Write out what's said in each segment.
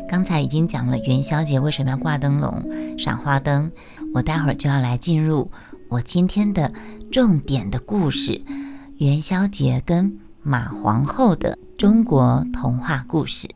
刚才已经讲了元宵节为什么要挂灯笼、赏花灯，我待会儿就要来进入我今天的重点的故事——元宵节跟马皇后的中国童话故事。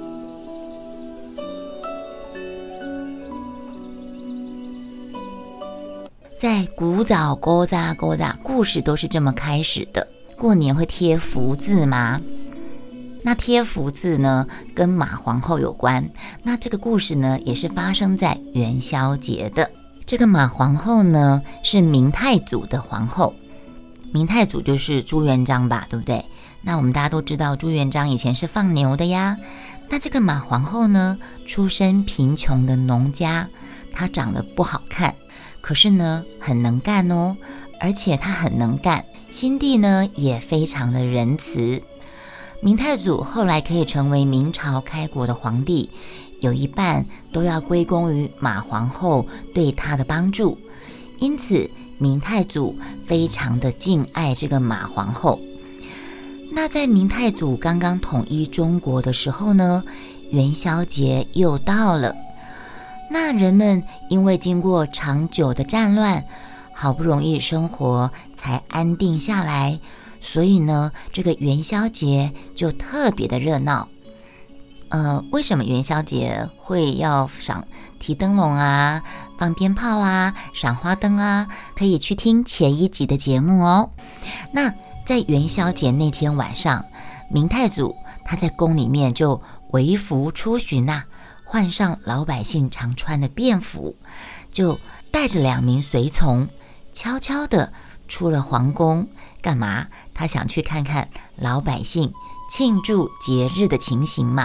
在古早古早故事都是这么开始的。过年会贴福字吗？那贴福字呢，跟马皇后有关。那这个故事呢，也是发生在元宵节的。这个马皇后呢，是明太祖的皇后。明太祖就是朱元璋吧，对不对？那我们大家都知道，朱元璋以前是放牛的呀。那这个马皇后呢，出身贫穷的农家，她长得不好看，可是呢，很能干哦，而且她很能干，心地呢也非常的仁慈。明太祖后来可以成为明朝开国的皇帝，有一半都要归功于马皇后对他的帮助，因此明太祖非常的敬爱这个马皇后。那在明太祖刚刚统一中国的时候呢，元宵节又到了。那人们因为经过长久的战乱，好不容易生活才安定下来，所以呢，这个元宵节就特别的热闹。为什么元宵节会要提灯笼啊、放鞭炮啊、赏花灯啊？可以去听前一集的节目哦。那在元宵节那天晚上，明太祖他在宫里面就微服出巡啊，换上老百姓常穿的便服，就带着2名随从，悄悄地出了皇宫。干嘛？他想去看看老百姓庆祝节日的情形嘛。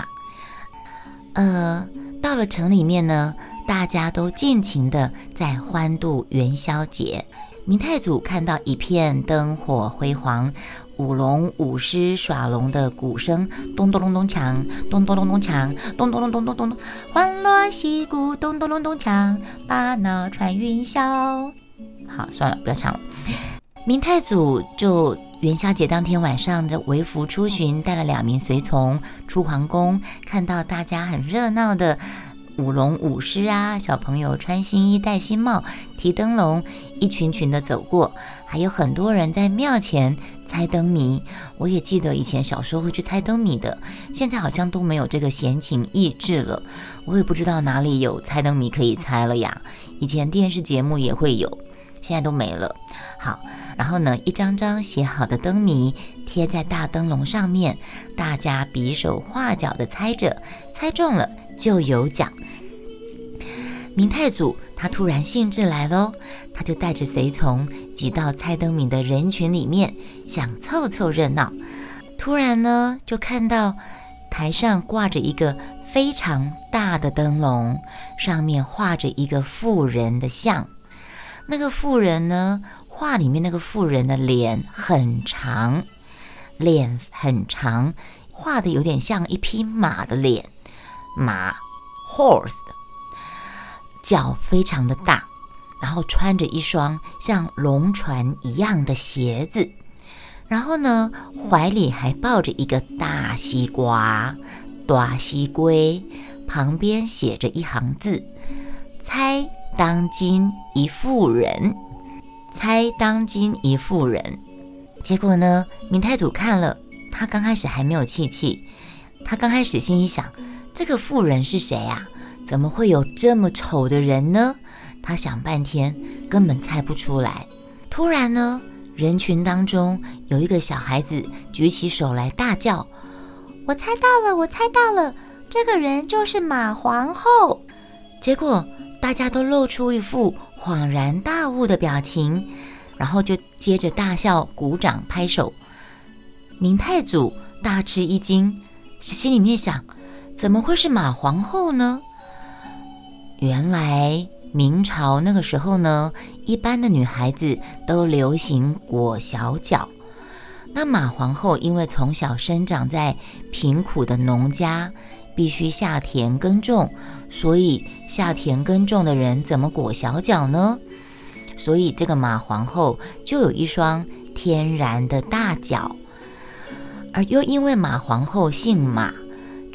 到了城里面呢，大家都尽情的在欢度元宵节。明太祖看到一片灯火辉煌，舞龙舞狮耍龙的鼓声咚咚隆咚锵，咚咚隆咚锵，咚咚隆咚咚咚咚，欢锣喜鼓咚咚隆咚锵，把脑传云霄。好，算了，不要唱了。明太祖就元宵节当天晚上的微服出巡，带了2名随从出皇宫，看到大家很热闹的舞龙舞狮啊，小朋友穿新衣戴新帽，提灯笼，一群群的走过，还有很多人在庙前猜灯谜。我也记得以前小时候会去猜灯谜的，现在好像都没有这个闲情逸致了。我也不知道哪里有猜灯谜可以猜了呀，以前电视节目也会有，现在都没了。好，然后呢，一张张写好的灯谜贴在大灯笼上面，大家比手画脚的猜着，猜中了就有奖。明太祖他突然兴致来咯，他就带着随从挤到猜灯谜的人群里面，想凑凑热闹。突然呢，就看到台上挂着一个非常大的灯笼，上面画着一个妇人的像。那个妇人呢，画里面那个妇人的脸很长，画的有点像一匹马的脸，马 horse， 脚非常的大，然后穿着一双像龙船一样的鞋子，然后呢，怀里还抱着一个大西瓜，大西龟，旁边写着一行字：猜当今一妇人，猜当今一妇人。结果呢，明太祖看了，他刚开始还没有气气，他刚开始心里想，这个妇人是谁啊？怎么会有这么丑的人呢？他想半天根本猜不出来。突然呢，人群当中有一个小孩子举起手来大叫：我猜到了，这个人就是马皇后。结果大家都露出一副恍然大悟的表情，然后就接着大笑、鼓掌、拍手。明太祖大吃一惊，心里面想，怎么会是马皇后呢？原来明朝那个时候呢，一般的女孩子都流行裹小脚。那马皇后因为从小生长在贫苦的农家，必须下田耕种，所以下田耕种的人怎么裹小脚呢？所以这个马皇后就有一双天然的大脚。而又因为马皇后姓马，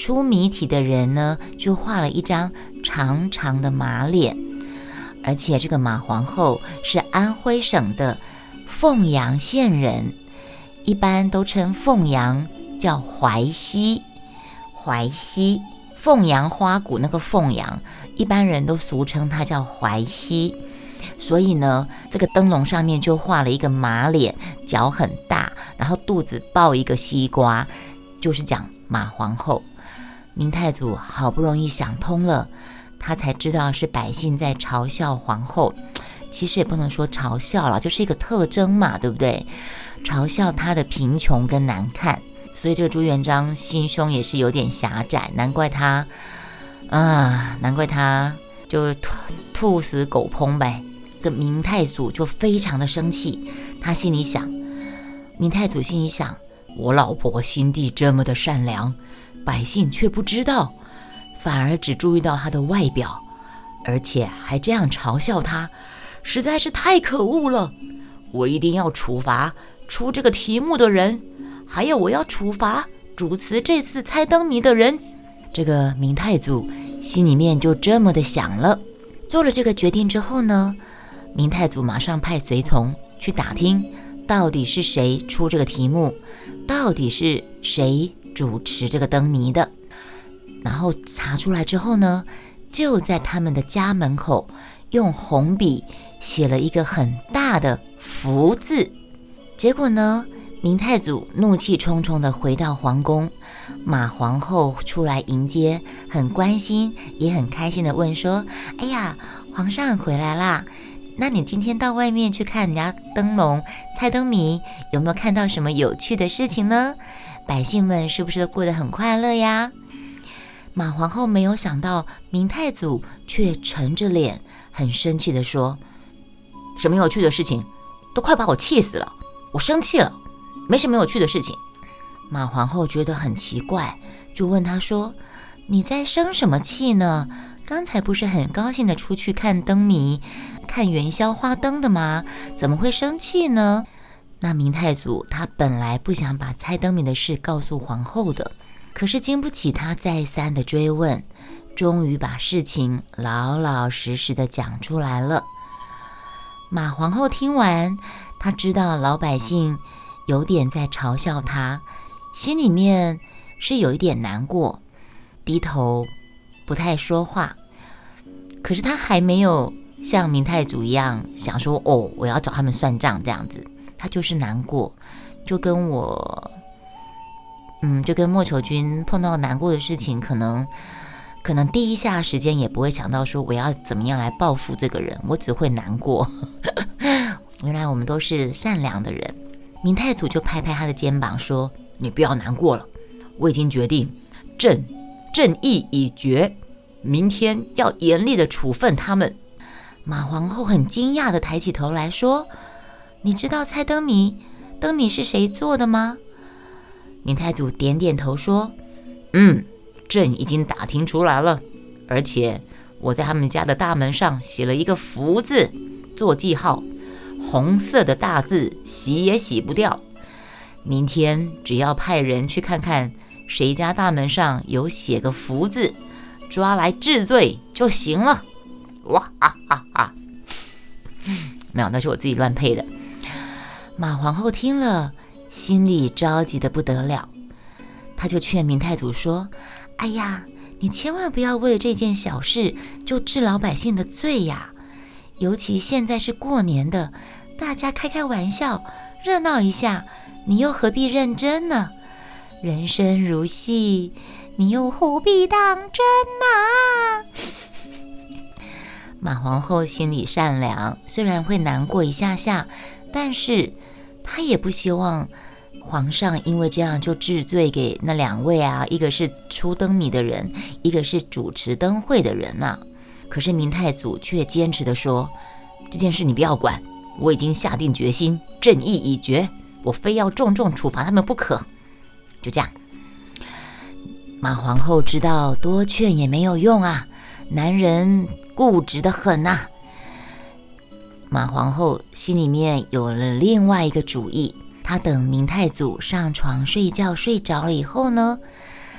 出谜题的人呢，就画了一张长长的马脸，而且这个马皇后是安徽省的凤阳县人，一般都称凤阳叫淮西。淮西，凤阳花鼓那个凤阳，一般人都俗称它叫淮西。所以呢，这个灯笼上面就画了一个马脸，脚很大，然后肚子抱一个西瓜，就是讲马皇后。明太祖好不容易想通了，他才知道是百姓在嘲笑皇后。其实也不能说嘲笑了，就是一个特征嘛，对不对？嘲笑她的贫穷跟难看。所以这个朱元璋心胸也是有点狭窄，难怪他就兔死狗烹呗。跟明太祖就非常的生气，明太祖心里想，我老婆心地这么的善良，百姓却不知道，反而只注意到她的外表，而且还这样嘲笑她，实在是太可恶了。我一定要处罚出这个题目的人，还有我要处罚主持这次猜灯谜的人。这个明太祖心里面就这么的想了。做了这个决定之后呢，明太祖马上派随从去打听到底是谁出这个题目，到底是谁主持这个灯谜的。然后查出来之后呢，就在他们的家门口用红笔写了一个很大的福字。结果呢，明太祖怒气冲冲地回到皇宫，马皇后出来迎接，很关心也很开心地问说，哎呀，皇上回来啦，那你今天到外面去看人家灯笼猜灯谜，有没有看到什么有趣的事情呢？百姓们是不是都过得很快乐呀？马皇后没有想到明太祖却沉着脸很生气地说，什么有趣的事情？都快把我气死了，我生气了，没什么有趣的事情。马皇后觉得很奇怪，就问他说，你在生什么气呢？刚才不是很高兴的出去看灯谜，看元宵花灯的吗？怎么会生气呢？那明太祖他本来不想把猜灯谜的事告诉皇后的，可是经不起他再三的追问，终于把事情老老实实的讲出来了。马皇后听完，她知道老百姓有点在嘲笑她，心里面是有一点难过，低头不太说话。可是她还没有像明太祖一样想说，我要找他们算账这样子，她就是难过，就跟莫求君碰到难过的事情，可能第一下时间也不会想到说我要怎么样来报复这个人，我只会难过。原来我们都是善良的人。明太祖就拍拍他的肩膀说，你不要难过了，我已经决定正义已决，明天要严厉的处分他们。马皇后很惊讶的抬起头来说，你知道猜灯谜是谁做的吗？明太祖点点头说，朕已经打听出来了，而且我在他们家的大门上写了一个福字做记号，红色的大字洗也洗不掉。明天只要派人去看看谁家大门上有写个福字，抓来治罪就行了。哇哈哈哈！没有，那是我自己乱配的。马皇后听了，心里着急得不得了，她就劝明太祖说，哎呀，你千万不要为了这件小事就治老百姓的罪呀，尤其现在是过年的，大家开开玩笑热闹一下，你又何必认真呢？人生如戏，你又何必当真啊？马皇后心里善良，虽然会难过一下下，但是她也不希望皇上因为这样就治罪给那两位啊，一个是出灯谜的人，一个是主持灯会的人啊。可是明太祖却坚持的说，这件事你不要管，我已经下定决心，正义已决，我非要重重处罚他们不可。就这样，马皇后知道多劝也没有用啊，男人固执得很啊。马皇后心里面有了另外一个主意，她等明太祖上床睡觉睡着了以后呢，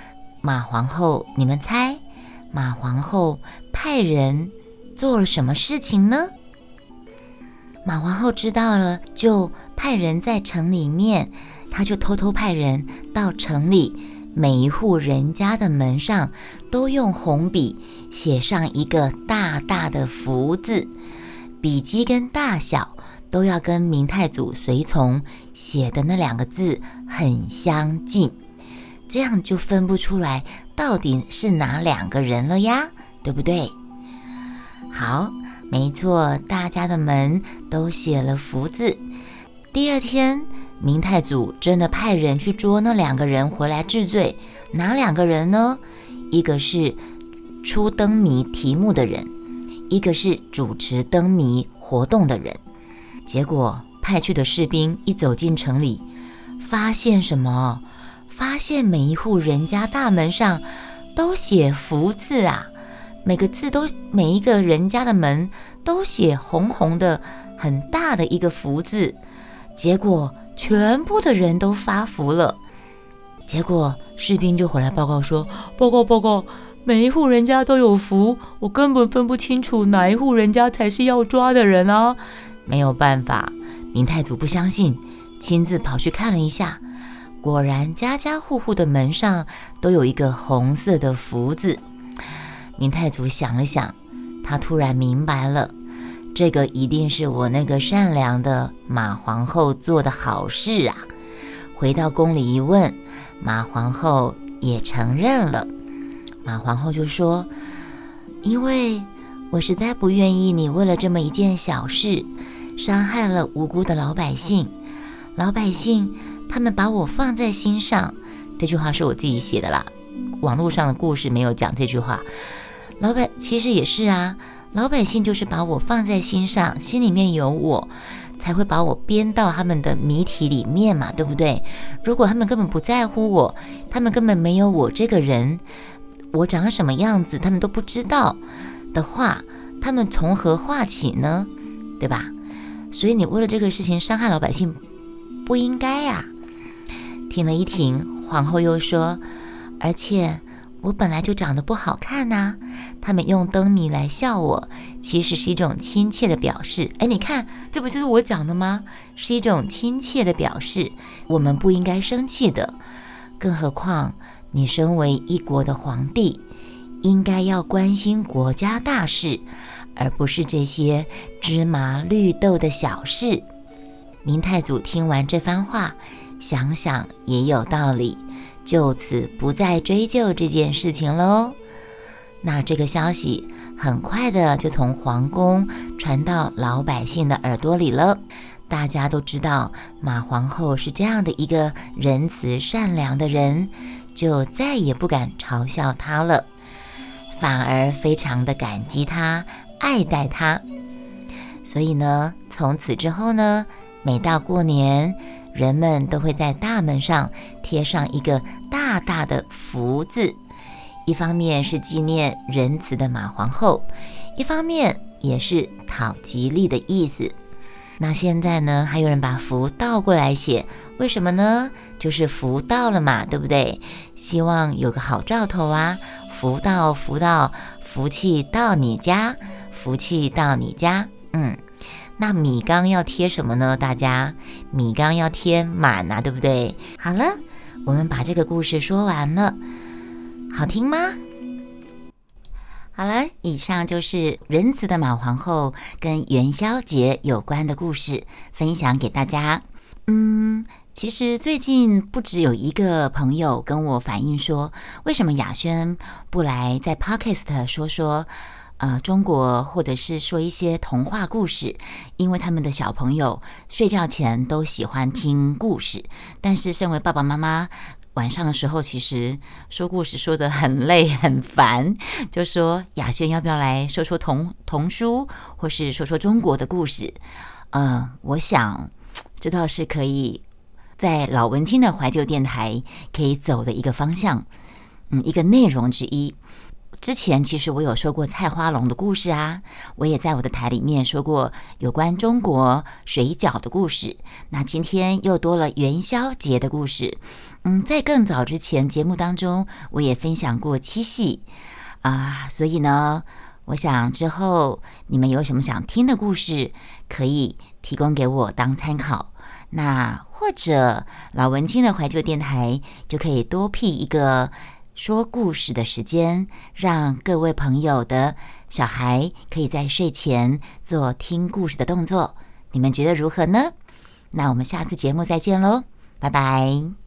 马皇后，你们猜马皇后派人做了什么事情呢？马皇后知道了，就派人在城里面，她就偷偷派人到城里每一户人家的门上都用红笔写上一个大大的福字，笔迹跟大小都要跟明太祖随从写的那2个字很相近，这样就分不出来到底是哪2个人了呀，对不对？好，没错，大家的门都写了福字。第2天，明太祖真的派人去捉那2个人回来治罪。哪2个人呢？一个是出灯谜题目的人，一个是主持灯谜活动的人。结果派去的士兵一走进城里，发现什么？发现每一户人家大门上都写福字啊！每一个人家的门都写红红的很大的一个福字，结果全部的人都发福了。结果士兵就回来报告说，报告，每一户人家都有福，我根本分不清楚哪一户人家才是要抓的人啊！没有办法，明太祖不相信，亲自跑去看了一下，果然家家户户的门上都有一个红色的福字。明太祖想了想，他突然明白了，这个一定是我那个善良的马皇后做的好事啊！回到宫里一问，马皇后也承认了。马皇后就说，因为我实在不愿意你为了这么一件小事伤害了无辜的老百姓他们把我放在心上。这句话是我自己写的啦，网络上的故事没有讲这句话。其实也是啊，老百姓就是把我放在心上，心里面有我，才会把我编到他们的谜题里面嘛，对不对？如果他们根本不在乎我，他们根本没有我这个人，我长什么样子他们都不知道的话，他们从何画起呢？对吧？所以你为了这个事情伤害老百姓不应该啊。停了一停，皇后又说，而且我本来就长得不好看啊，他们用灯谜来笑我，其实是一种亲切的表示。你看，这不就是我讲的吗？是一种亲切的表示，我们不应该生气的。更何况你身为一国的皇帝，应该要关心国家大事，而不是这些芝麻绿豆的小事。明太祖听完这番话，想想也有道理，就此不再追究这件事情喽。那这个消息很快的就从皇宫传到老百姓的耳朵里了，大家都知道马皇后是这样的一个仁慈善良的人，就再也不敢嘲笑她了，反而非常的感激她，爱戴她。所以呢，从此之后呢，每到过年，人们都会在大门上贴上一个大大的福字，一方面是纪念仁慈的马皇后，一方面也是讨吉利的意思。那现在呢，还有人把福倒过来写，为什么呢？就是福到了嘛，对不对？希望有个好兆头啊，福到，福气到你家，福气到你家。那米缸要贴什么呢？大家，米缸要贴满啊，对不对？好了，我们把这个故事说完了，好听吗？好了，以上就是仁慈的马皇后跟元宵节有关的故事，分享给大家。其实最近不只有一个朋友跟我反映说，为什么雅轩不来在 Podcast 说中国或者是说一些童话故事，因为他们的小朋友睡觉前都喜欢听故事，但是身为爸爸妈妈，晚上的时候其实说故事说得很累很烦，就说雅轩要不要来说说童书，或是说说中国的故事。我想这倒是可以在老文青的怀旧电台可以走的一个方向，一个内容之一。 之前其实我有说过菜花龙的故事啊，我也在我的台里面说过有关中国水饺的故事。那今天又多了元宵节的故事。在更早之前节目当中，我也分享过七夕所以呢，我想之后你们有什么想听的故事，可以提供给我当参考。那或者老文青的怀旧电台就可以多辟一个说故事的时间，让各位朋友的小孩可以在睡前做听故事的动作，你们觉得如何呢？那我们下次节目再见咯，拜拜。